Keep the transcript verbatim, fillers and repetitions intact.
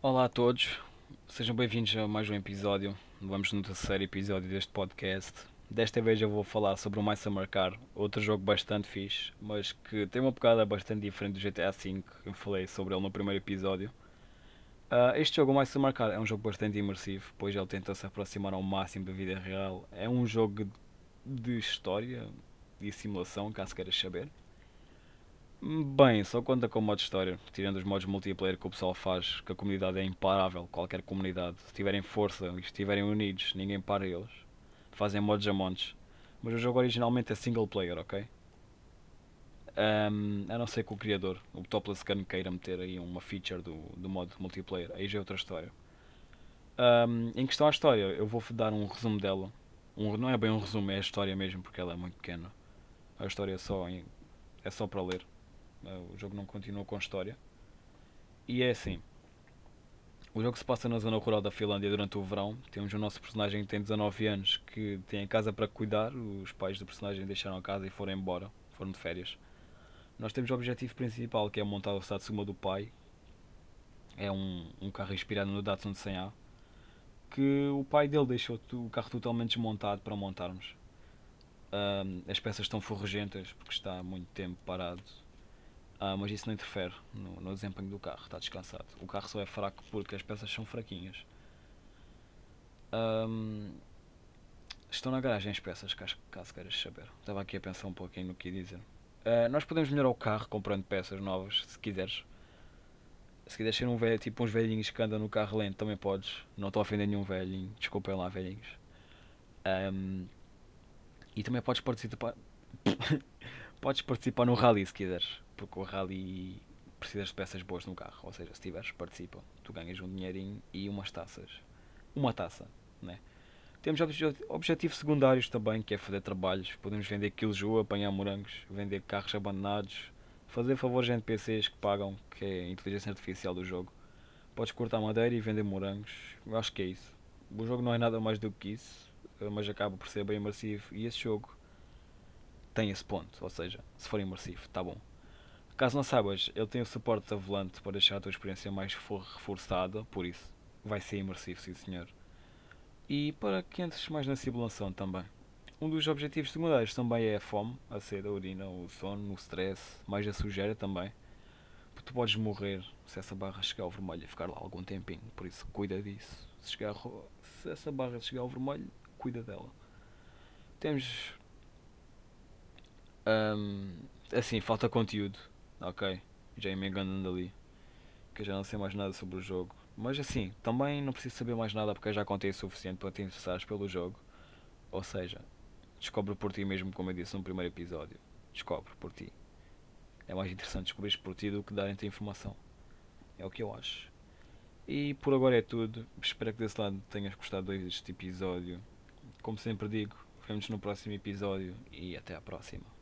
Olá a todos, sejam bem-vindos a mais um episódio. Vamos no terceiro episódio deste podcast. Desta vez eu vou falar sobre o My Summer Car, outro jogo bastante fixe, mas que tem uma pegada bastante diferente do G T A V. Eu falei sobre ele no primeiro episódio. Ah, este jogo, o My Summer Car, é um jogo bastante imersivo, pois ele tenta se aproximar ao máximo da vida real. É um jogo de história e simulação, caso queiras saber. Bem, só conta com modo história, tirando os modos multiplayer que o pessoal faz, que a comunidade é imparável, qualquer comunidade. Se tiverem força e estiverem unidos, ninguém para eles. Fazem modos a montes. Mas o jogo originalmente é single player, ok? Ahm, a não ser que o criador, o Topless Gun, queira meter aí uma feature do, do modo multiplayer, aí já é outra história. Ahm, em questão à história, eu vou dar um resumo dela. Um, não é bem um resumo, é a história mesmo, porque ela é muito pequena. A história é só, em- é só para ler. O jogo não continua com história. E é assim, o jogo se passa na zona rural da Finlândia durante o verão. Temos o nosso personagem que tem dezanove anos, que tem a casa para cuidar. Os pais do personagem deixaram a casa e foram embora, foram de férias. Nós temos o objetivo principal, que é montar o Satsuma do pai. É um, um carro inspirado no Datsun cem A, que o pai dele deixou o carro totalmente desmontado para montarmos. Ahm, as peças estão ferrugentas porque está há muito tempo parado. Ah, mas isso não interfere no, no desempenho do carro, está descansado. O carro só é fraco porque as peças são fraquinhas. Ahm, Estão na garagem as peças, caso, caso queiras saber. Estava aqui a pensar um pouquinho no que ia dizer. Ah, nós podemos melhorar o carro comprando peças novas, se quiseres. Se quiseres ser um velho, tipo uns velhinhos que andam no carro lento, também podes. Não estou a ofender nenhum velhinho, desculpem lá, velhinhos. Ahm, e também podes participar. Podes participar no rally se quiseres, porque o rally precisas de peças boas no carro. Ou seja, se tiveres, participa. Tu ganhas um dinheirinho e umas taças. Uma taça, né? Temos objetivos secundários também, que é fazer trabalhos. Podemos vender quiliju, apanhar morangos, vender carros abandonados, fazer favores a N P Cs que pagam, que é a inteligência artificial do jogo. Podes cortar madeira e vender morangos. Eu acho que é isso. O jogo não é nada mais do que isso, mas acaba por ser bem imersivo. E esse jogo tem esse ponto, ou seja, se for imersivo, está bom. Caso não saibas, ele tem o suporte a volante para deixar a tua experiência mais reforçada, por isso vai ser imersivo, sim senhor. E para que entres mais na simulação também. Um dos objetivos secundários também é a fome, a sede, a urina, o sono, o stress, mais a sujeira também. Porque tu podes morrer se essa barra chegar ao vermelho e ficar lá algum tempinho, por isso cuida disso. Se, chegar, se essa barra chegar ao vermelho, cuida dela. Temos. hum, assim, falta conteúdo, ok? Já me enganando ali, que eu já não sei mais nada sobre o jogo. Mas assim, também não preciso saber mais nada porque eu já contei o suficiente para te interessares pelo jogo. Ou seja, descobre por ti mesmo, como eu disse no primeiro episódio. Descobre por ti. É mais interessante descobrir por ti do que darem-te informação. É o que eu acho. E por agora é tudo. Espero que desse lado tenhas gostado deste episódio. Como sempre digo, vemos no próximo episódio e até à próxima.